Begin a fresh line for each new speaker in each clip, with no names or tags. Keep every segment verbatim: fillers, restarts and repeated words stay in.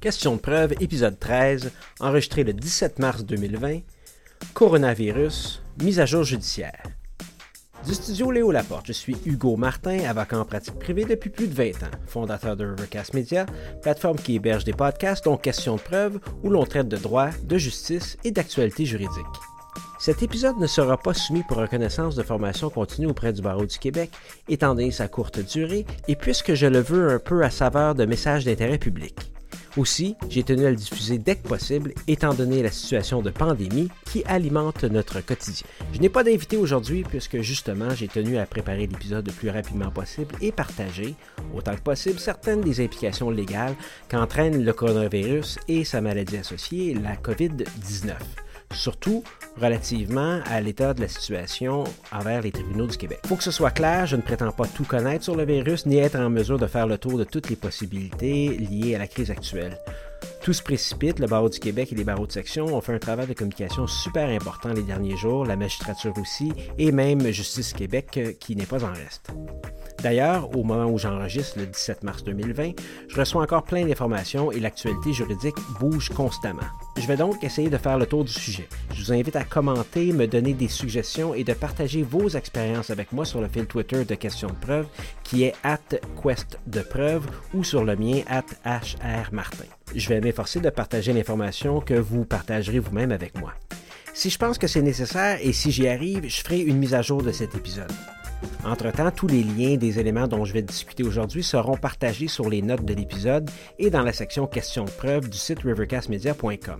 Question de preuve, épisode treize, enregistré le dix-sept mars deux mille vingt. Coronavirus, mise à jour judiciaire. Du studio Léo Laporte, je suis Hugo Martin, avocat en pratique privée depuis plus de vingt ans, fondateur de Rivercast Media, plateforme qui héberge des podcasts dont Question de preuve, où l'on traite de droit, de justice et d'actualité juridique. Cet épisode ne sera pas soumis pour reconnaissance de formation continue auprès du Barreau du Québec, étant donné sa courte durée, et puisque je le veux un peu à saveur de messages d'intérêt public. Aussi, j'ai tenu à le diffuser dès que possible, étant donné la situation de pandémie qui alimente notre quotidien. Je n'ai pas d'invité aujourd'hui puisque justement j'ai tenu à préparer l'épisode le plus rapidement possible et partager, autant que possible, certaines des implications légales qu'entraîne le coronavirus et sa maladie associée, la covid dix-neuf. Surtout relativement à l'état de la situation envers les tribunaux du Québec. Il faut que ce soit clair, je ne prétends pas tout connaître sur le virus ni être en mesure de faire le tour de toutes les possibilités liées à la crise actuelle. Tout se précipite, le Barreau du Québec et les barreaux de section ont fait un travail de communication super important les derniers jours, la magistrature aussi, et même Justice Québec qui n'est pas en reste. D'ailleurs, au moment où j'enregistre, le dix-sept mars deux mille vingt, je reçois encore plein d'informations et l'actualité juridique bouge constamment. Je vais donc essayer de faire le tour du sujet. Je vous invite à commenter, me donner des suggestions et de partager vos expériences avec moi sur le fil Twitter de Question de preuve qui est arobase quest de preuve ou sur le mien arobase h r martin. Je vais m'efforcer de partager l'information que vous partagerez vous-même avec moi. Si je pense que c'est nécessaire et si j'y arrive, je ferai une mise à jour de cet épisode. Entre-temps, tous les liens des éléments dont je vais discuter aujourd'hui seront partagés sur les notes de l'épisode et dans la section questions de preuve du site rivercast media point com.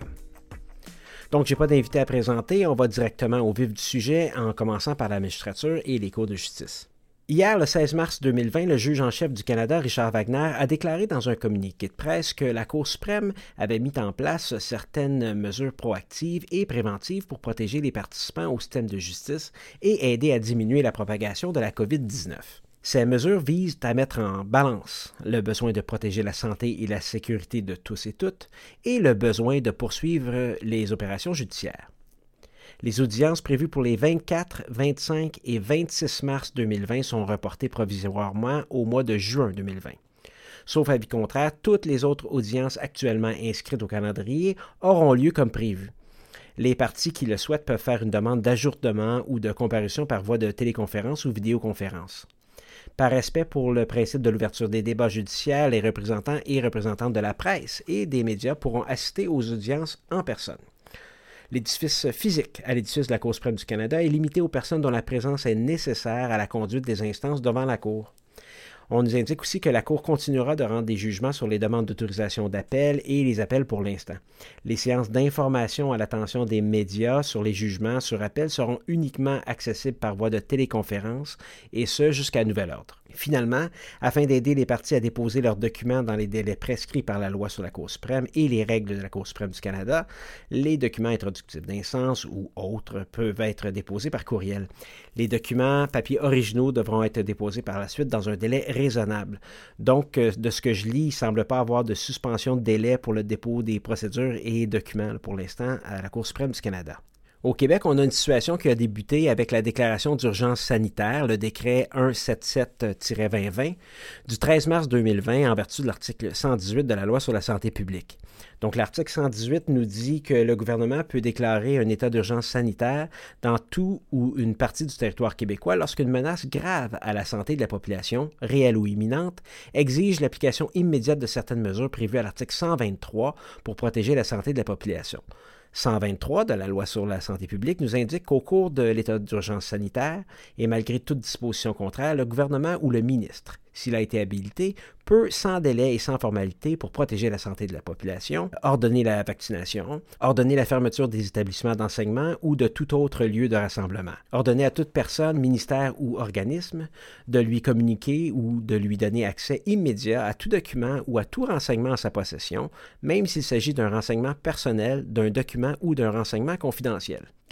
Donc, je n'ai pas d'invité à présenter, on va directement au vif du sujet en commençant par la magistrature et les cours de justice. Hier, le seize mars deux mille vingt, le juge en chef du Canada, Richard Wagner, a déclaré dans un communiqué de presse que la Cour suprême avait mis en place certaines mesures proactives et préventives pour protéger les participants au système de justice et aider à diminuer la propagation de la covid dix-neuf. Ces mesures visent à mettre en balance le besoin de protéger la santé et la sécurité de tous et toutes et le besoin de poursuivre les opérations judiciaires. Les audiences prévues pour les vingt-quatre, vingt-cinq et vingt-six mars deux mille vingt sont reportées provisoirement au mois de juin deux mille vingt. Sauf avis contraire, toutes les autres audiences actuellement inscrites au calendrier auront lieu comme prévu. Les parties qui le souhaitent peuvent faire une demande d'ajournement ou de comparution par voie de téléconférence ou vidéoconférence. Par respect pour le principe de l'ouverture des débats judiciaires, les représentants et représentantes de la presse et des médias pourront assister aux audiences en personne. L'édifice physique à l'édifice de la Cour suprême du Canada est limité aux personnes dont la présence est nécessaire à la conduite des instances devant la Cour. On nous indique aussi que la Cour continuera de rendre des jugements sur les demandes d'autorisation d'appel et les appels pour l'instant. Les séances d'information à l'attention des médias sur les jugements sur appel seront uniquement accessibles par voie de téléconférence, et ce jusqu'à nouvel ordre. Finalement, afin d'aider les parties à déposer leurs documents dans les délais prescrits par la loi sur la Cour suprême et les règles de la Cour suprême du Canada, les documents introductifs d'instance ou autres peuvent être déposés par courriel. Les documents papier originaux devront être déposés par la suite dans un délai raisonnable. Donc, de ce que je lis, il ne semble pas avoir de suspension de délai pour le dépôt des procédures et documents pour l'instant à la Cour suprême du Canada. Au Québec, on a une situation qui a débuté avec la déclaration d'urgence sanitaire, le décret cent soixante-sept vingt vingt, du treize mars deux mille vingt en vertu de l'article cent dix-huit de la Loi sur la santé publique. Donc, l'article cent dix-huit nous dit que le gouvernement peut déclarer un état d'urgence sanitaire dans tout ou une partie du territoire québécois lorsqu'une menace grave à la santé de la population, réelle ou imminente, exige l'application immédiate de certaines mesures prévues à l'article cent vingt-trois pour protéger la santé de la population. cent vingt-trois de la Loi sur la santé publique nous indique qu'au cours de l'état d'urgence sanitaire, et malgré toute disposition contraire, le gouvernement ou le ministre, s'il a été habilité, peut, sans délai et sans formalité pour protéger la santé de la population, ordonner la vaccination, ordonner la fermeture des établissements d'enseignement ou de tout autre lieu de rassemblement, ordonner à toute personne, ministère ou organisme de lui communiquer ou de lui donner accès immédiat à tout document ou à tout renseignement en sa possession, même s'il s'agit d'un renseignement personnel, d'un document ou d'un renseignement confidentiel.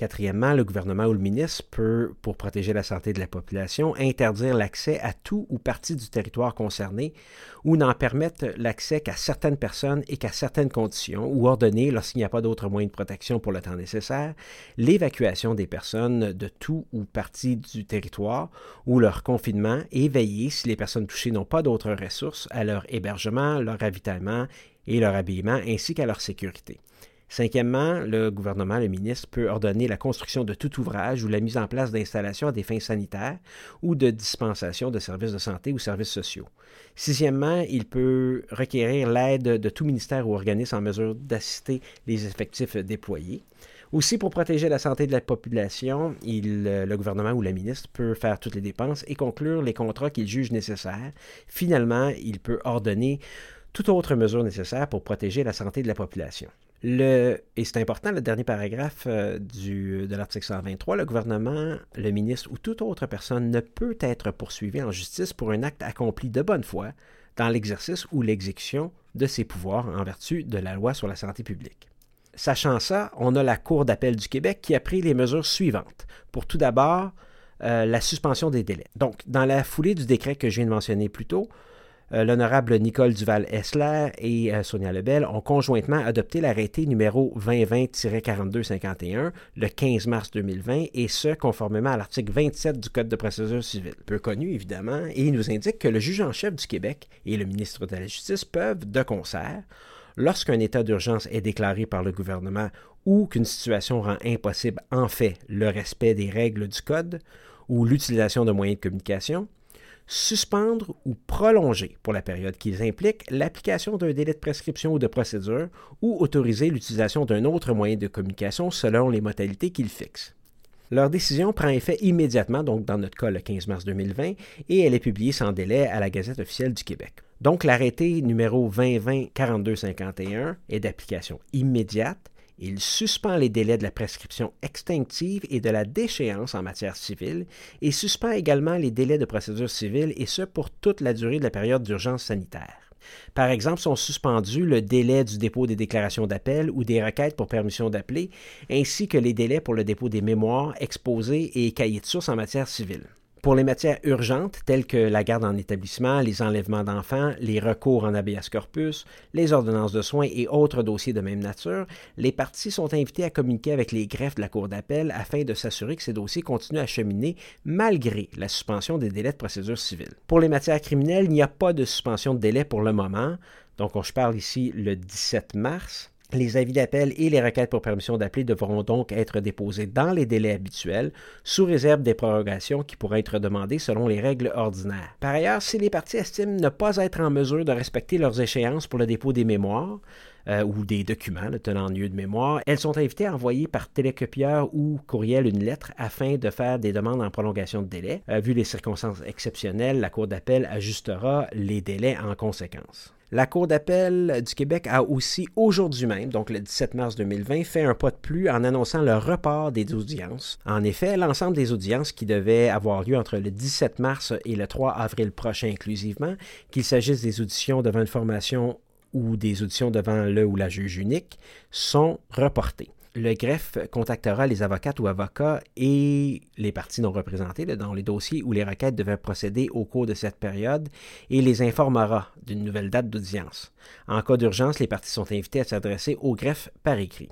Quatrièmement, le gouvernement ou le ministre peut, pour protéger la santé de la population, interdire l'accès à tout ou partie du territoire concerné ou n'en permettre l'accès qu'à certaines personnes et qu'à certaines conditions ou ordonner, lorsqu'il n'y a pas d'autre moyen de protection pour le temps nécessaire, l'évacuation des personnes de tout ou partie du territoire ou leur confinement et veiller, si les personnes touchées n'ont pas d'autres ressources, à leur hébergement, leur ravitaillement et leur habillement ainsi qu'à leur sécurité. Cinquièmement, le gouvernement, le ministre, peut ordonner la construction de tout ouvrage ou la mise en place d'installations à des fins sanitaires ou de dispensation de services de santé ou services sociaux. Sixièmement, il peut requérir l'aide de tout ministère ou organisme en mesure d'assister les effectifs déployés. Aussi, pour protéger la santé de la population, il, le gouvernement ou le ministre peut faire toutes les dépenses et conclure les contrats qu'il juge nécessaires. Finalement, il peut ordonner toute autre mesure nécessaire pour protéger la santé de la population. Le, et c'est important, le dernier paragraphe euh, du, de l'article cent vingt-trois, le gouvernement, le ministre ou toute autre personne ne peut être poursuivi en justice pour un acte accompli de bonne foi dans l'exercice ou l'exécution de ses pouvoirs en vertu de la loi sur la santé publique. Sachant ça, on a la Cour d'appel du Québec qui a pris les mesures suivantes. Pour tout d'abord, euh, la suspension des délais. Donc, dans la foulée du décret que je viens de mentionner plus tôt, Euh, l'honorable Nicole Duval-Essler et euh, Sonia Lebel ont conjointement adopté l'arrêté numéro vingt vingt quarante-deux cinquante et un le quinze mars deux mille vingt, et ce, conformément à l'article vingt-sept du Code de procédure civile. Peu connu, évidemment, et il nous indique que le juge en chef du Québec et le ministre de la Justice peuvent, de concert, lorsqu'un état d'urgence est déclaré par le gouvernement ou qu'une situation rend impossible, en fait, le respect des règles du Code ou l'utilisation de moyens de communication, suspendre ou prolonger, pour la période qu'ils impliquent, l'application d'un délai de prescription ou de procédure ou autoriser l'utilisation d'un autre moyen de communication selon les modalités qu'ils fixent. Leur décision prend effet immédiatement, donc dans notre cas le quinze mars deux mille vingt, et elle est publiée sans délai à la Gazette officielle du Québec. Donc l'arrêté numéro vingt vingt quarante-deux cinquante et un est d'application immédiate. Il suspend les délais de la prescription extinctive et de la déchéance en matière civile et suspend également les délais de procédure civile, et ce pour toute la durée de la période d'urgence sanitaire. Par exemple, sont suspendus le délai du dépôt des déclarations d'appel ou des requêtes pour permission d'appeler, ainsi que les délais pour le dépôt des mémoires, exposés et cahiers de sources en matière civile. Pour les matières urgentes, telles que la garde en établissement, les enlèvements d'enfants, les recours en habeas corpus, les ordonnances de soins et autres dossiers de même nature, les parties sont invitées à communiquer avec les greffes de la Cour d'appel afin de s'assurer que ces dossiers continuent à cheminer malgré la suspension des délais de procédure civile. Pour les matières criminelles, il n'y a pas de suspension de délai pour le moment. Donc, je parle ici le dix-sept mars. Les avis d'appel et les requêtes pour permission d'appeler devront donc être déposés dans les délais habituels, sous réserve des prorogations qui pourraient être demandées selon les règles ordinaires. Par ailleurs, si les parties estiment ne pas être en mesure de respecter leurs échéances pour le dépôt des mémoires, Euh, ou des documents le tenant lieu de mémoire, elles sont invitées à envoyer par télécopieur ou courriel une lettre afin de faire des demandes en prolongation de délai. Euh, vu les circonstances exceptionnelles, la Cour d'appel ajustera les délais en conséquence. La Cour d'appel du Québec a aussi aujourd'hui même, donc le dix-sept mars deux mille vingt, fait un pas de plus en annonçant le report des audiences. En effet, l'ensemble des audiences qui devaient avoir lieu entre le dix-sept mars et le trois avril prochain inclusivement, qu'il s'agisse des auditions devant une formation ou des auditions devant le ou la juge unique, sont reportées. Le greffe contactera les avocates ou avocats et les parties non représentées là, dans les dossiers où les requêtes devaient procéder au cours de cette période et les informera d'une nouvelle date d'audience. En cas d'urgence, les parties sont invitées à s'adresser au greffe par écrit.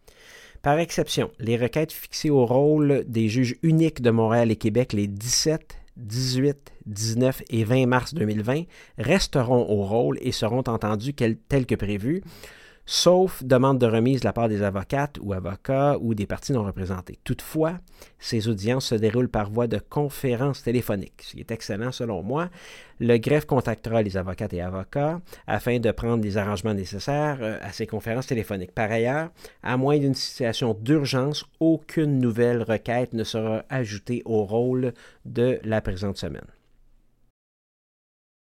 Par exception, les requêtes fixées au rôle des juges uniques de Montréal et Québec les dix-sept, dix-huit, dix-neuf et vingt mars deux mille vingt resteront au rôle et seront entendues telles que prévues, sauf demande de remise de la part des avocates ou avocats ou des parties non représentées. Toutefois, ces audiences se déroulent par voie de conférence téléphonique, ce qui est excellent selon moi. Le greffe contactera les avocates et avocats afin de prendre les arrangements nécessaires à ces conférences téléphoniques. Par ailleurs, à moins d'une situation d'urgence, aucune nouvelle requête ne sera ajoutée au rôle de la présente semaine.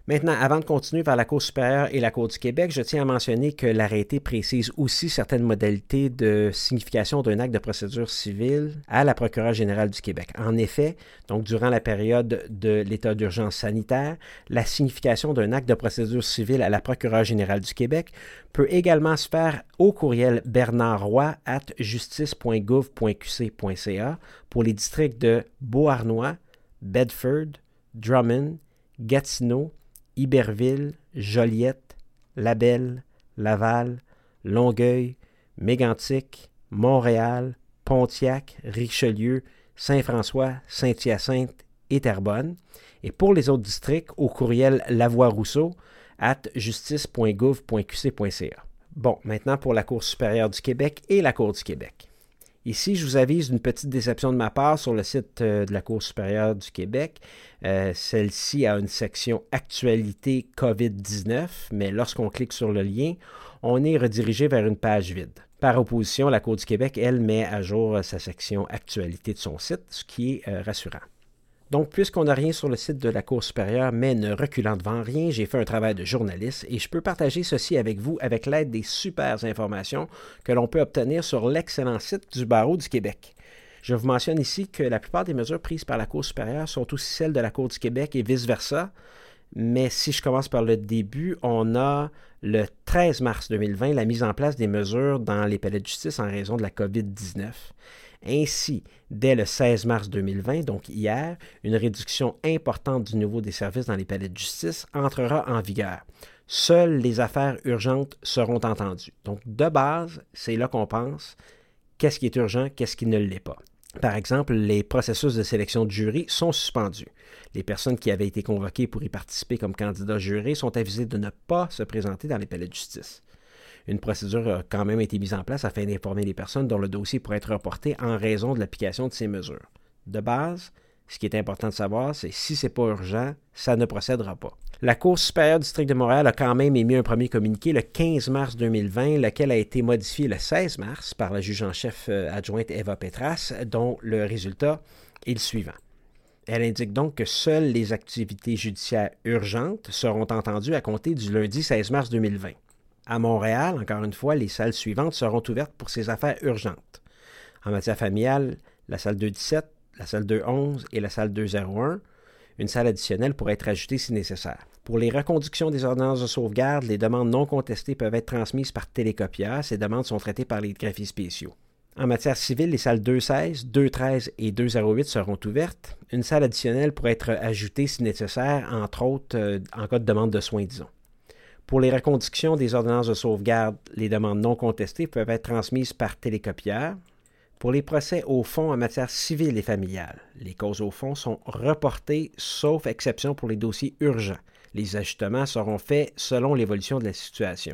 Maintenant, avant de continuer vers la Cour supérieure et la Cour du Québec, je tiens à mentionner que l'arrêté précise aussi certaines modalités de signification d'un acte de procédure civile à la procureure générale du Québec. En effet, donc durant la période de l'état d'urgence sanitaire, la signification d'un acte de procédure civile à la procureure générale du Québec peut également se faire au courriel bernardroy arobase justice point gouv point q c point c a pour les districts de Beauharnois, Bedford, Drummond, Gatineau, Iberville, Joliette, Labelle, Laval, Longueuil, Mégantic, Montréal, Pontiac, Richelieu, Saint-François, Saint-Hyacinthe et Terrebonne. Et pour les autres districts, au courriel lavoie-rousseau arobase justice point gouv point q c point c a. Bon, maintenant pour la Cour supérieure du Québec et la Cour du Québec. Ici, je vous avise d'une petite déception de ma part sur le site euh, de la Cour supérieure du Québec. Euh, celle-ci a une section « Actualité covid dix-neuf », mais lorsqu'on clique sur le lien, on est redirigé vers une page vide. Par opposition, la Cour du Québec, elle, met à jour sa section « Actualité » de son site, ce qui est euh, rassurant. Donc, puisqu'on n'a rien sur le site de la Cour supérieure, mais ne reculant devant rien, j'ai fait un travail de journaliste et je peux partager ceci avec vous avec l'aide des super informations que l'on peut obtenir sur l'excellent site du Barreau du Québec. Je vous mentionne ici que la plupart des mesures prises par la Cour supérieure sont aussi celles de la Cour du Québec et vice-versa. Mais si je commence par le début, on a le treize mars deux mille vingt la mise en place des mesures dans les palais de justice en raison de la covid dix-neuf. Ainsi, dès le seize mars deux mille vingt, donc hier, une réduction importante du niveau des services dans les palais de justice entrera en vigueur. Seules les affaires urgentes seront entendues. Donc, de base, c'est là qu'on pense qu'est-ce qui est urgent, qu'est-ce qui ne l'est pas. Par exemple, les processus de sélection de jury sont suspendus. Les personnes qui avaient été convoquées pour y participer comme candidats jurés sont avisées de ne pas se présenter dans les palais de justice. Une procédure a quand même été mise en place afin d'informer les personnes dont le dossier pourrait être reporté en raison de l'application de ces mesures. De base, ce qui est important de savoir, c'est si ce n'est pas urgent, ça ne procédera pas. La Cour supérieure du district de Montréal a quand même émis un premier communiqué le quinze mars deux mille vingt, lequel a été modifié le seize mars par la juge en chef adjointe Eva Petras, dont le résultat est le suivant. Elle indique donc que seules les activités judiciaires urgentes seront entendues à compter du lundi seize mars deux mille vingt. À Montréal, encore une fois, les salles suivantes seront ouvertes pour ces affaires urgentes. En matière familiale, la salle deux cent dix-sept, la salle deux cent onze et la salle deux cent un. Une salle additionnelle pourrait être ajoutée si nécessaire. Pour les reconductions des ordonnances de sauvegarde, les demandes non contestées peuvent être transmises par télécopieur. Ces demandes sont traitées par les greffiers spéciaux. En matière civile, les salles deux cent seize, deux cent treize et deux cent huit seront ouvertes. Une salle additionnelle pourrait être ajoutée si nécessaire, entre autres euh, en cas de demande de soins, disons. Pour les reconductions des ordonnances de sauvegarde, les demandes non contestées peuvent être transmises par télécopieur. Pour les procès au fond en matière civile et familiale, les causes au fond sont reportées, sauf exception pour les dossiers urgents. Les ajustements seront faits selon l'évolution de la situation.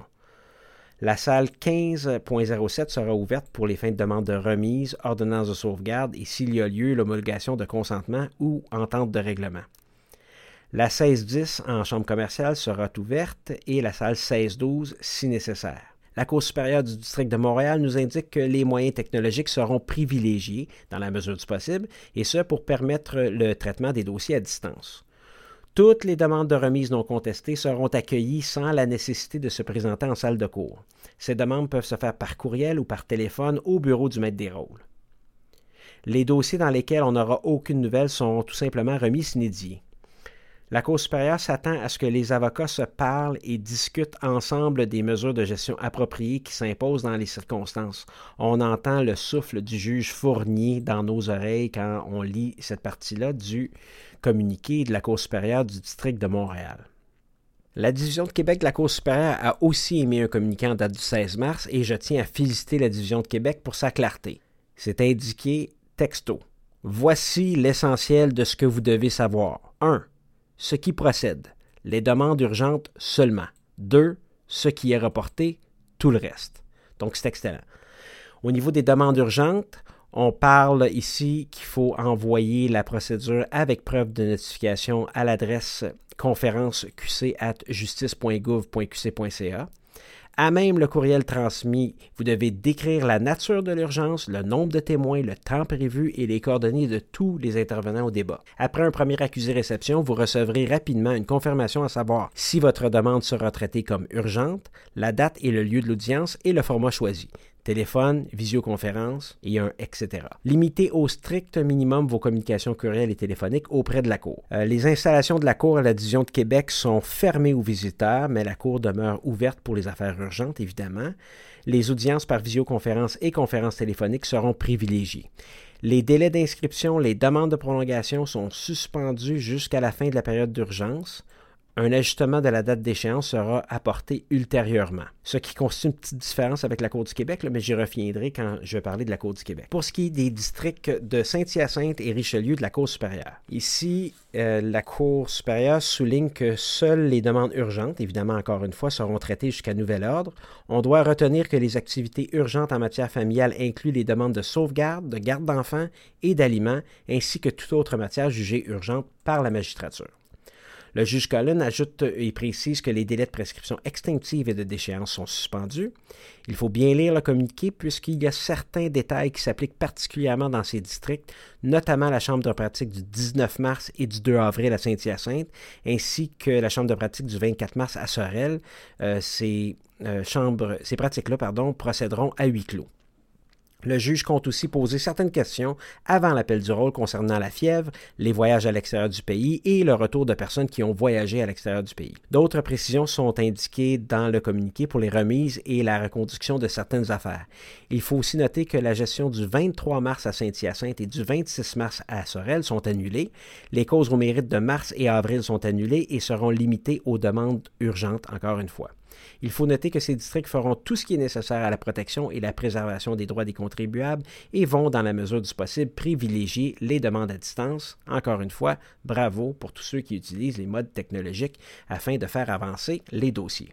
La salle quinze point zéro sept sera ouverte pour les fins de demande de remise, ordonnance de sauvegarde et s'il y a lieu, l'homologation de consentement ou entente de règlement. La seize dix en chambre commerciale sera ouverte et la salle seize douze si nécessaire. La Cour supérieure du district de Montréal nous indique que les moyens technologiques seront privilégiés dans la mesure du possible, et ce pour permettre le traitement des dossiers à distance. Toutes les demandes de remise non contestées seront accueillies sans la nécessité de se présenter en salle de cours. Ces demandes peuvent se faire par courriel ou par téléphone au bureau du maître des rôles. Les dossiers dans lesquels on n'aura aucune nouvelle sont tout simplement remis sine die. La Cour supérieure s'attend à ce que les avocats se parlent et discutent ensemble des mesures de gestion appropriées qui s'imposent dans les circonstances. On entend le souffle du juge Fournier dans nos oreilles quand on lit cette partie-là du communiqué de la Cour supérieure du district de Montréal. La Division de Québec de la Cour supérieure a aussi émis un communiqué en date du seize mars et je tiens à féliciter la Division de Québec pour sa clarté. C'est indiqué texto. Voici l'essentiel de ce que vous devez savoir. un. Ce qui procède, les demandes urgentes seulement. deux. Ce qui est reporté, tout le reste. Donc, c'est excellent. Au niveau des demandes urgentes, on parle ici qu'il faut envoyer la procédure avec preuve de notification à l'adresse conférence q c arobase justice point gouv point q c point c a. À même le courriel transmis, vous devez décrire la nature de l'urgence, le nombre de témoins, le temps prévu et les coordonnées de tous les intervenants au débat. Après un premier accusé-réception, vous recevrez rapidement une confirmation à savoir si votre demande sera traitée comme urgente, la date et le lieu de l'audience et le format choisi. Téléphone, visioconférence et un et cetera. Limitez au strict minimum vos communications courriels et téléphoniques auprès de la Cour. Euh, les installations de la Cour à la Division de Québec sont fermées aux visiteurs, mais la Cour demeure ouverte pour les affaires urgentes, évidemment. Les audiences par visioconférence et conférences téléphoniques seront privilégiées. Les délais d'inscription, les demandes de prolongation sont suspendus jusqu'à la fin de la période d'urgence. Un ajustement de la date d'échéance sera apporté ultérieurement, ce qui constitue une petite différence avec la Cour du Québec, là, mais j'y reviendrai quand je vais parler de la Cour du Québec. Pour ce qui est des districts de Saint-Hyacinthe et Richelieu de la Cour supérieure, ici, euh, la Cour supérieure souligne que seules les demandes urgentes, évidemment encore une fois, seront traitées jusqu'à nouvel ordre. On doit retenir que les activités urgentes en matière familiale incluent les demandes de sauvegarde, de garde d'enfants et d'aliments, ainsi que toute autre matière jugée urgente par la magistrature. Le juge Collin ajoute et précise que les délais de prescription extinctive et de déchéance sont suspendus. Il faut bien lire le communiqué puisqu'il y a certains détails qui s'appliquent particulièrement dans ces districts, notamment la chambre de pratique du dix-neuf mars et du deux avril à Saint-Hyacinthe, ainsi que la chambre de pratique du vingt-quatre mars à Sorel. Euh, ces, euh, chambres, ces pratiques-là pardon, procéderont à huis clos. Le juge compte aussi poser certaines questions avant l'appel du rôle concernant la fièvre, les voyages à l'extérieur du pays et le retour de personnes qui ont voyagé à l'extérieur du pays. D'autres précisions sont indiquées dans le communiqué pour les remises et la reconduction de certaines affaires. Il faut aussi noter que la gestion du vingt-trois mars à Saint-Hyacinthe et du vingt-six mars à Sorel sont annulées. Les causes au mérite de mars et avril sont annulées et seront limitées aux demandes urgentes, encore une fois. Il faut noter que ces districts feront tout ce qui est nécessaire à la protection et la préservation des droits des contribuables et vont, dans la mesure du possible, privilégier les demandes à distance. Encore une fois, bravo pour tous ceux qui utilisent les modes technologiques afin de faire avancer les dossiers.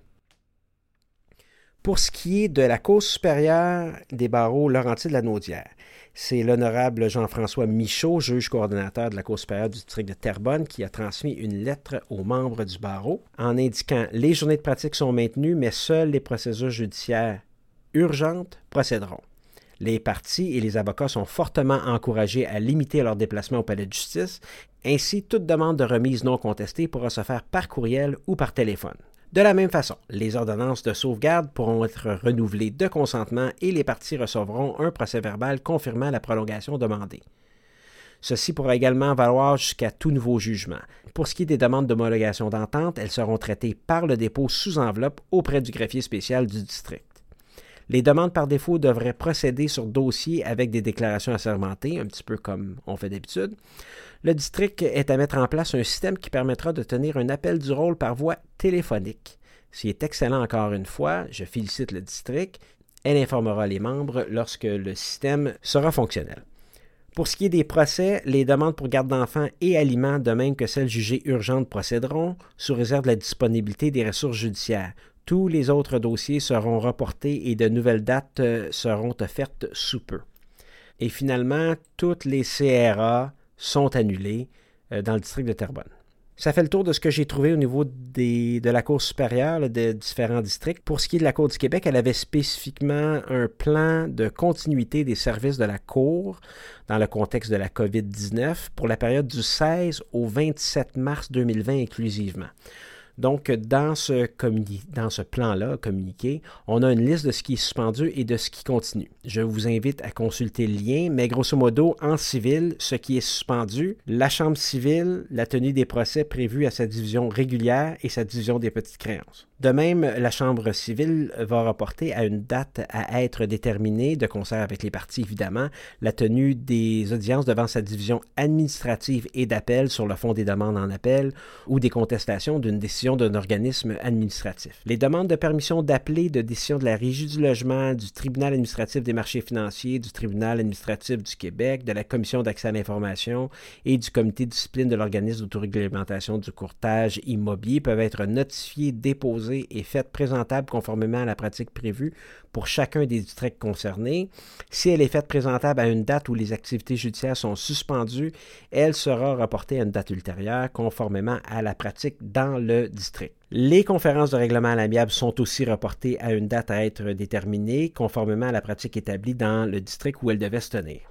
Pour ce qui est de la Cour supérieure des barreaux Laurentides de la Naudière, c'est l'honorable Jean-François Michaud, juge coordonnateur de la Cour supérieure du district de Terrebonne, qui a transmis une lettre aux membres du barreau en indiquant « Les journées de pratique sont maintenues, mais seules les procédures judiciaires urgentes procéderont. Les parties et les avocats sont fortement encouragés à limiter leurs déplacements au palais de justice. Ainsi, toute demande de remise non contestée pourra se faire par courriel ou par téléphone. De la même façon, les ordonnances de sauvegarde pourront être renouvelées de consentement et les parties recevront un procès-verbal confirmant la prolongation demandée. Ceci pourra également valoir jusqu'à tout nouveau jugement. Pour ce qui est des demandes d'homologation d'entente, elles seront traitées par le dépôt sous enveloppe auprès du greffier spécial du district. Les demandes par défaut devraient procéder sur dossier avec des déclarations assermentées, un petit peu comme on fait d'habitude. Le district est à mettre en place un système qui permettra de tenir un appel du rôle par voie téléphonique. Ce qui est excellent encore une fois, je félicite le district. Elle informera les membres lorsque le système sera fonctionnel. Pour ce qui est des procès, les demandes pour garde d'enfants et aliments, de même que celles jugées urgentes, procéderont, sous réserve de la disponibilité des ressources judiciaires. Tous les autres dossiers seront reportés et de nouvelles dates seront offertes sous peu. Et finalement, toutes les C R A sont annulées dans le district de Terrebonne. Ça fait le tour de ce que j'ai trouvé au niveau des, de la Cour supérieure là, de différents districts. Pour ce qui est de la Cour du Québec, elle avait spécifiquement un plan de continuité des services de la Cour dans le contexte de la covid dix-neuf pour la période du seize au vingt-sept mars deux mille vingt inclusivement. Donc, dans ce, communi- dans ce plan-là, communiqué, on a une liste de ce qui est suspendu et de ce qui continue. Je vous invite à consulter le lien, mais grosso modo, en civil, ce qui est suspendu, la Chambre civile, la tenue des procès prévus à sa division régulière et sa division des petites créances. De même, la Chambre civile va reporter à une date à être déterminée, de concert avec les parties évidemment, la tenue des audiences devant sa division administrative et d'appel sur le fond des demandes en appel ou des contestations d'une décision d'un organisme administratif. Les demandes de permission d'appeler de décision de la Régie du logement, du Tribunal administratif des marchés financiers, du Tribunal administratif du Québec, de la Commission d'accès à l'information et du Comité de discipline de l'organisme d'autoréglementation du courtage immobilier peuvent être notifiées, déposées déposée est faite présentable conformément à la pratique prévue pour chacun des districts concernés. Si elle est faite présentable à une date où les activités judiciaires sont suspendues, elle sera reportée à une date ultérieure conformément à la pratique dans le district. Les conférences de règlement à l'amiable sont aussi reportées à une date à être déterminée conformément à la pratique établie dans le district où elles devaient se tenir.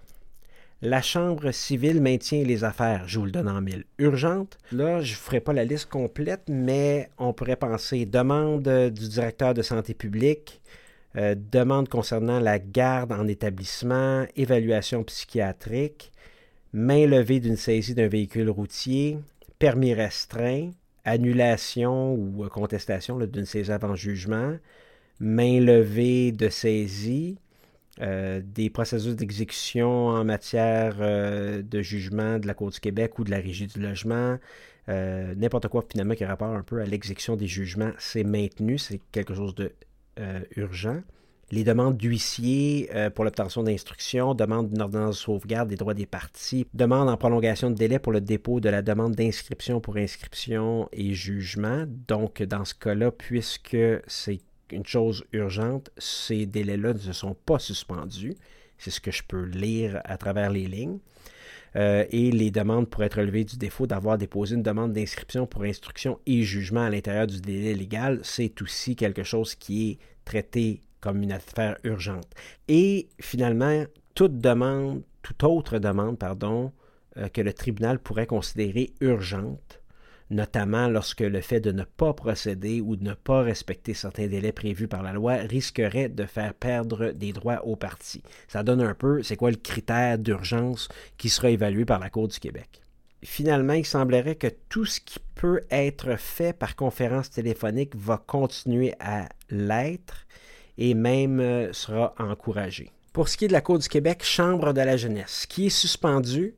La Chambre civile maintient les affaires, je vous le donne en mille, urgentes. Là, je ne ferai pas la liste complète, mais on pourrait penser demande du directeur de santé publique, euh, demande concernant la garde en établissement, évaluation psychiatrique, main levée d'une saisie d'un véhicule routier, permis restreint, annulation ou contestation là, d'une saisie avant jugement, main levée de saisie, Euh, des procédures d'exécution en matière euh, de jugement de la Cour du Québec ou de la Régie du logement, euh, n'importe quoi finalement qui a rapport un peu à l'exécution des jugements, c'est maintenu, c'est quelque chose de euh, urgent. Les demandes d'huissier euh, pour l'obtention d'instructions, demande d'une ordonnance de sauvegarde des droits des parties, demande en prolongation de délai pour le dépôt de la demande d'inscription pour inscription et jugement. Donc, dans ce cas-là, puisque c'est une chose urgente, ces délais-là ne sont pas suspendus. C'est ce que je peux lire à travers les lignes. Euh, et les demandes pourraient être relevées du défaut d'avoir déposé une demande d'inscription pour instruction et jugement à l'intérieur du délai légal. C'est aussi quelque chose qui est traité comme une affaire urgente. Et finalement, toute demande, toute autre demande, pardon, euh, que le tribunal pourrait considérer urgente, notamment lorsque le fait de ne pas procéder ou de ne pas respecter certains délais prévus par la loi risquerait de faire perdre des droits aux parties. Ça donne un peu, c'est quoi le critère d'urgence qui sera évalué par la Cour du Québec. Finalement, il semblerait que tout ce qui peut être fait par conférence téléphonique va continuer à l'être et même euh, sera encouragé. Pour ce qui est de la Cour du Québec, Chambre de la jeunesse, ce qui est suspendu,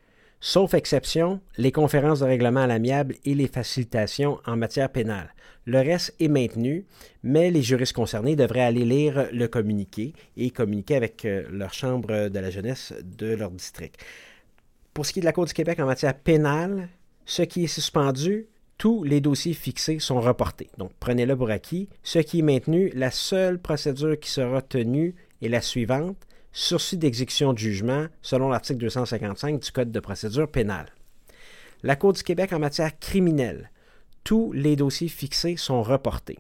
sauf exception, les conférences de règlement à l'amiable et les facilitations en matière pénale. Le reste est maintenu, mais les juristes concernés devraient aller lire le communiqué et communiquer avec leur chambre de la jeunesse de leur district. Pour ce qui est de la Cour du Québec en matière pénale, ce qui est suspendu, tous les dossiers fixés sont reportés. Donc, prenez-le pour acquis. Ce qui est maintenu, la seule procédure qui sera tenue est la suivante. Sursis d'exécution de jugement selon l'article deux cent cinquante-cinq du Code de procédure pénale. La Cour du Québec en matière criminelle, tous les dossiers fixés sont reportés,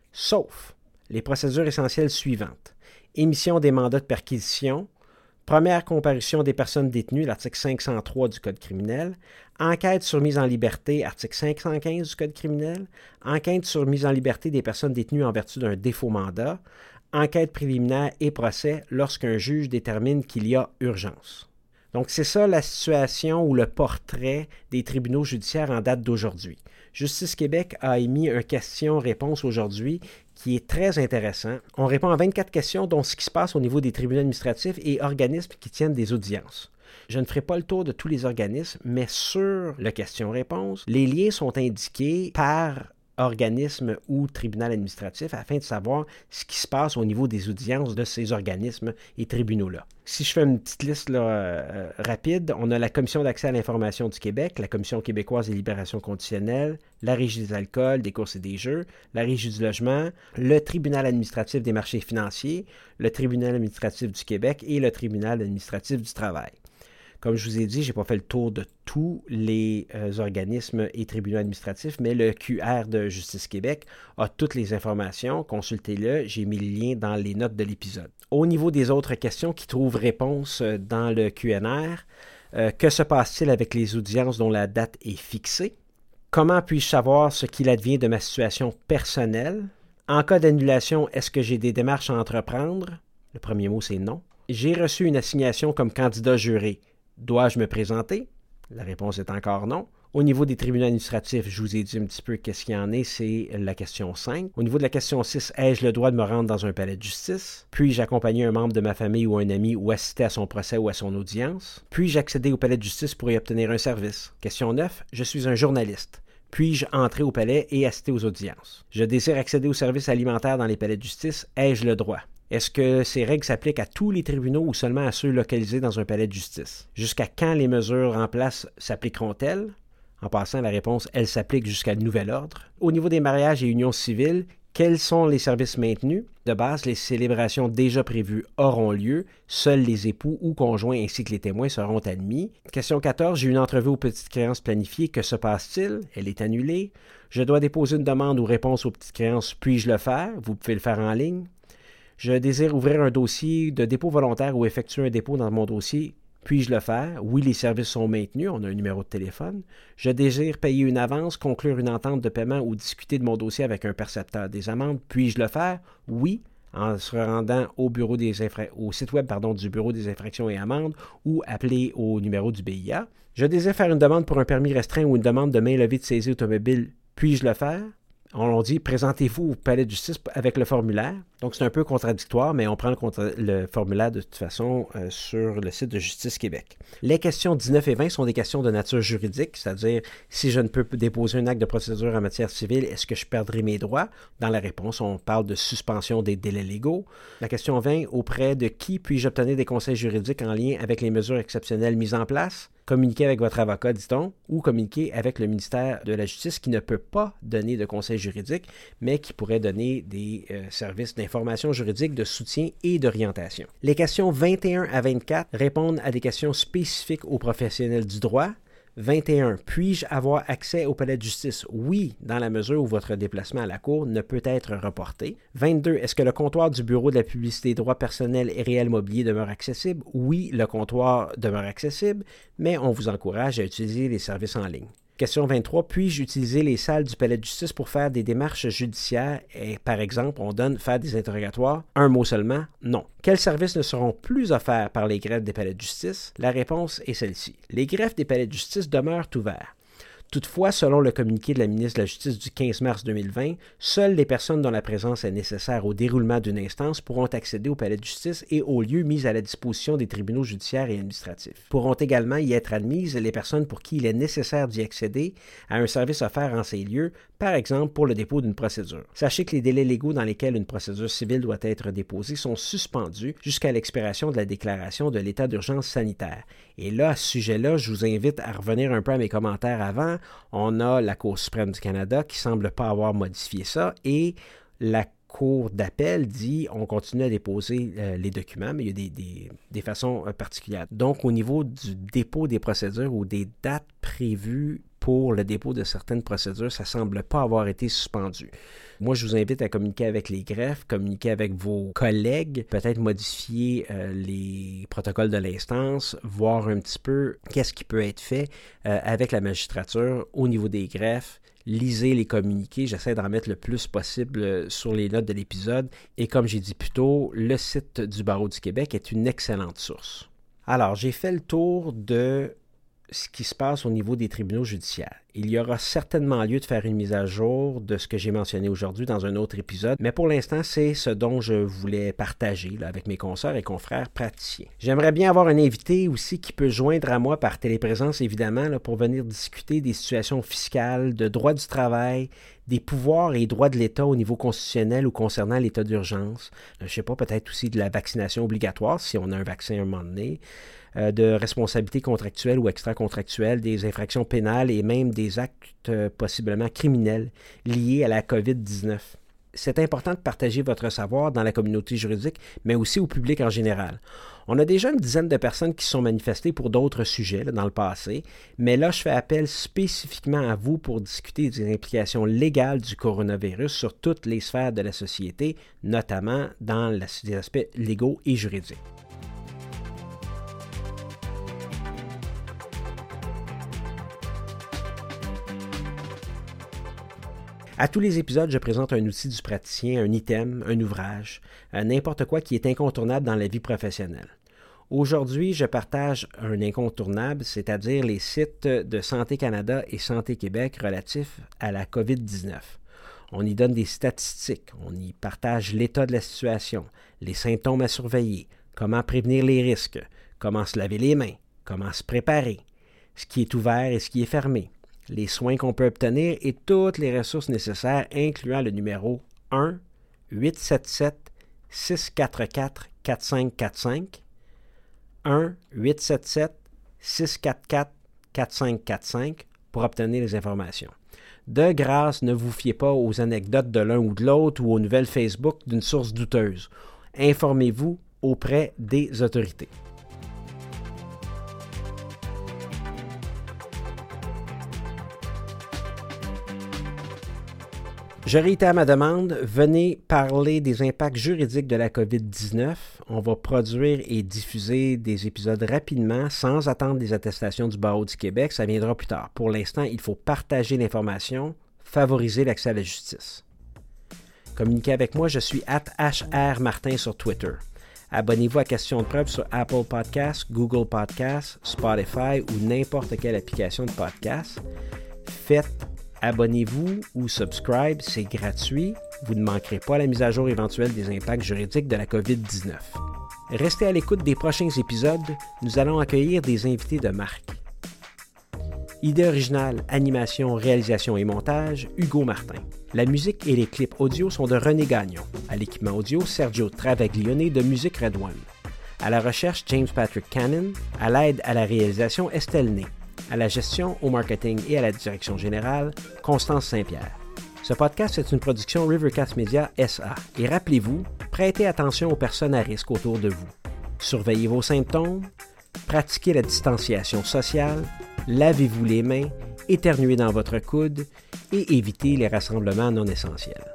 sauf les procédures essentielles suivantes. Émission des mandats de perquisition, première comparution des personnes détenues, l'article cinq cent trois du Code criminel, enquête sur mise en liberté, article cinq cent quinze du Code criminel, enquête sur mise en liberté des personnes détenues en vertu d'un défaut mandat, enquête préliminaire et procès lorsqu'un juge détermine qu'il y a urgence. Donc, c'est ça la situation ou le portrait des tribunaux judiciaires en date d'aujourd'hui. Justice Québec a émis un question-réponse aujourd'hui qui est très intéressant. On répond à vingt-quatre questions, dont ce qui se passe au niveau des tribunaux administratifs et organismes qui tiennent des audiences. Je ne ferai pas le tour de tous les organismes, mais sur le question-réponse, les liens sont indiqués par organisme ou tribunal administratif afin de savoir ce qui se passe au niveau des audiences de ces organismes et tribunaux-là. Si je fais une petite liste là, euh, rapide, on a la Commission d'accès à l'information du Québec, la Commission québécoise des libérations conditionnelles, la Régie des alcools, des courses et des jeux, la Régie du logement, le Tribunal administratif des marchés financiers, le Tribunal administratif du Québec et le Tribunal administratif du travail. Comme je vous ai dit, je n'ai pas fait le tour de tous les euh, organismes et tribunaux administratifs, mais le Q R de Justice Québec a toutes les informations. Consultez-le, j'ai mis le lien dans les notes de l'épisode. Au niveau des autres questions qui trouvent réponse dans le Q N R, euh, que se passe-t-il avec les audiences dont la date est fixée? Comment puis-je savoir ce qu'il advient de ma situation personnelle? En cas d'annulation, est-ce que j'ai des démarches à entreprendre? Le premier mot, c'est non. J'ai reçu une assignation comme candidat juré. Dois-je me présenter? La réponse est encore non. Au niveau des tribunaux administratifs, je vous ai dit un petit peu qu'est-ce qu'il y en est, c'est la question cinq. Au niveau de la question six, ai-je le droit de me rendre dans un palais de justice? Puis-je accompagner un membre de ma famille ou un ami ou assister à son procès ou à son audience? Puis-je accéder au palais de justice pour y obtenir un service? Question neuf, je suis un journaliste. Puis-je entrer au palais et assister aux audiences? Je désire accéder aux services alimentaires dans les palais de justice. Ai-je le droit? Est-ce que ces règles s'appliquent à tous les tribunaux ou seulement à ceux localisés dans un palais de justice? Jusqu'à quand les mesures en place s'appliqueront-elles? En passant, la réponse, elle s'applique jusqu'à nouvel ordre. Au niveau des mariages et unions civiles, quels sont les services maintenus? De base, les célébrations déjà prévues auront lieu. Seuls les époux ou conjoints ainsi que les témoins seront admis. Question quatorze. J'ai une entrevue aux petites créances planifiées. Que se passe-t-il? Elle est annulée. Je dois déposer une demande ou réponse aux petites créances. Puis-je le faire? Vous pouvez le faire en ligne. Je désire ouvrir un dossier de dépôt volontaire ou effectuer un dépôt dans mon dossier. Puis-je le faire? Oui, les services sont maintenus. On a un numéro de téléphone. Je désire payer une avance, conclure une entente de paiement ou discuter de mon dossier avec un percepteur des amendes. Puis-je le faire? Oui, en se rendant au bureau des infra... au site web pardon, du Bureau des infractions et amendes ou appeler au numéro du B I A. Je désire faire une demande pour un permis restreint ou une demande de mainlevée de saisie automobile. Puis-je le faire? On dit « Présentez-vous au palais de justice avec le formulaire ». Donc, c'est un peu contradictoire, mais on prend le, contra- le formulaire de toute façon euh, sur le site de Justice Québec. Les questions dix-neuf et vingt sont des questions de nature juridique, c'est-à-dire si je ne peux déposer un acte de procédure en matière civile, est-ce que je perdrai mes droits? Dans la réponse, on parle de suspension des délais légaux. La question vingt, auprès de qui puis-je obtenir des conseils juridiques en lien avec les mesures exceptionnelles mises en place? Communiquer avec votre avocat, dit-on, ou communiquer avec le ministère de la Justice qui ne peut pas donner de conseils juridiques, mais qui pourrait donner des euh, services d'information juridique, de soutien et d'orientation. Les questions vingt et un à vingt-quatre répondent à des questions spécifiques aux professionnels du droit. vingt et un. Puis-je avoir accès au palais de justice? Oui, dans la mesure où votre déplacement à la cour ne peut être reporté. vingt-deux. Est-ce que le comptoir du Bureau de la publicité des droits personnels et réels mobiliers demeure accessible? Oui, le comptoir demeure accessible, mais on vous encourage à utiliser les services en ligne. Question vingt-trois. Puis-je utiliser les salles du palais de justice pour faire des démarches judiciaires? Et par exemple, on donne faire des interrogatoires. Un mot seulement? Non. Quels services ne seront plus offerts par les greffes des palais de justice? La réponse est celle-ci. Les greffes des palais de justice demeurent ouverts. Toutefois, selon le communiqué de la ministre de la Justice du quinze mars deux mille vingt, seules les personnes dont la présence est nécessaire au déroulement d'une instance pourront accéder au palais de justice et aux lieux mis à la disposition des tribunaux judiciaires et administratifs. Pourront également y être admises les personnes pour qui il est nécessaire d'y accéder à un service offert en ces lieux, par exemple pour le dépôt d'une procédure. Sachez que les délais légaux dans lesquels une procédure civile doit être déposée sont suspendus jusqu'à l'expiration de la déclaration de l'état d'urgence sanitaire. Et là, à ce sujet-là, je vous invite à revenir un peu à mes commentaires avant. On a la Cour suprême du Canada qui ne semble pas avoir modifié ça et la Cour d'appel dit on continue à déposer euh, les documents, mais il y a des, des, des façons euh, particulières. Donc, au niveau du dépôt des procédures ou des dates prévues pour le dépôt de certaines procédures, ça ne semble pas avoir été suspendu. Moi, je vous invite à communiquer avec les greffes, communiquer avec vos collègues, peut-être modifier euh, les protocoles de l'instance, voir un petit peu qu'est-ce qui peut être fait euh, avec la magistrature au niveau des greffes. Lisez les communiqués, j'essaie d'en mettre le plus possible sur les notes de l'épisode. Et comme j'ai dit plus tôt, le site du Barreau du Québec est une excellente source. Alors, j'ai fait le tour de ce qui se passe au niveau des tribunaux judiciaires. Il y aura certainement lieu de faire une mise à jour de ce que j'ai mentionné aujourd'hui dans un autre épisode, mais pour l'instant, c'est ce dont je voulais partager là, avec mes consoeurs et confrères praticiens. J'aimerais bien avoir un invité aussi qui peut joindre à moi par téléprésence, évidemment, là, pour venir discuter des situations fiscales, de droit du travail, des pouvoirs et droits de l'État au niveau constitutionnel ou concernant l'état d'urgence. Je ne sais pas, peut-être aussi de la vaccination obligatoire, si on a un vaccin à un moment donné, euh, de responsabilité contractuelle ou extra-contractuelle, des infractions pénales et même des actes euh, possiblement criminels liés à la covid dix-neuf. C'est important de partager votre savoir dans la communauté juridique, mais aussi au public en général. On a déjà une dizaine de personnes qui se sont manifestées pour d'autres sujets là, dans le passé, mais là, je fais appel spécifiquement à vous pour discuter des implications légales du coronavirus sur toutes les sphères de la société, notamment dans la, les aspects légaux et juridiques. À tous les épisodes, je présente un outil du praticien, un item, un ouvrage, n'importe quoi qui est incontournable dans la vie professionnelle. Aujourd'hui, je partage un incontournable, c'est-à-dire les sites de Santé Canada et Santé Québec relatifs à la covid dix-neuf. On y donne des statistiques, on y partage l'état de la situation, les symptômes à surveiller, comment prévenir les risques, comment se laver les mains, comment se préparer, ce qui est ouvert et ce qui est fermé, les soins qu'on peut obtenir et toutes les ressources nécessaires, incluant le numéro un huit sept sept six quatre quatre quatre cinq quatre cinq, un huit sept sept six quatre quatre quatre cinq quatre cinq pour obtenir les informations. De grâce, ne vous fiez pas aux anecdotes de l'un ou de l'autre ou aux nouvelles Facebook d'une source douteuse. Informez-vous auprès des autorités. Je réitère ma demande, venez parler des impacts juridiques de la covid dix-neuf. On va produire et diffuser des épisodes rapidement, sans attendre les attestations du Barreau du Québec. Ça viendra plus tard. Pour l'instant, il faut partager l'information, favoriser l'accès à la justice. Communiquez avec moi, je suis arobase H R Martin sur Twitter. Abonnez-vous à Question de preuve sur Apple Podcasts, Google Podcasts, Spotify ou n'importe quelle application de podcast. Faites Abonnez-vous ou subscribe, c'est gratuit. Vous ne manquerez pas la mise à jour éventuelle des impacts juridiques de la covid dix-neuf. Restez à l'écoute des prochains épisodes, nous allons accueillir des invités de marque. Idée originale, animation, réalisation et montage, Hugo Martin. La musique et les clips audio sont de René Gagnon. À l'équipement audio, Sergio Travaglione de Musique Red One. À la recherche, James Patrick Cannon. À l'aide à la réalisation, Estelle Ney. À la gestion, au marketing et à la direction générale, Constance Saint-Pierre. Ce podcast est une production Rivercast Media S A. Et rappelez-vous, prêtez attention aux personnes à risque autour de vous. Surveillez vos symptômes, pratiquez la distanciation sociale, lavez-vous les mains, éternuez dans votre coude et évitez les rassemblements non essentiels.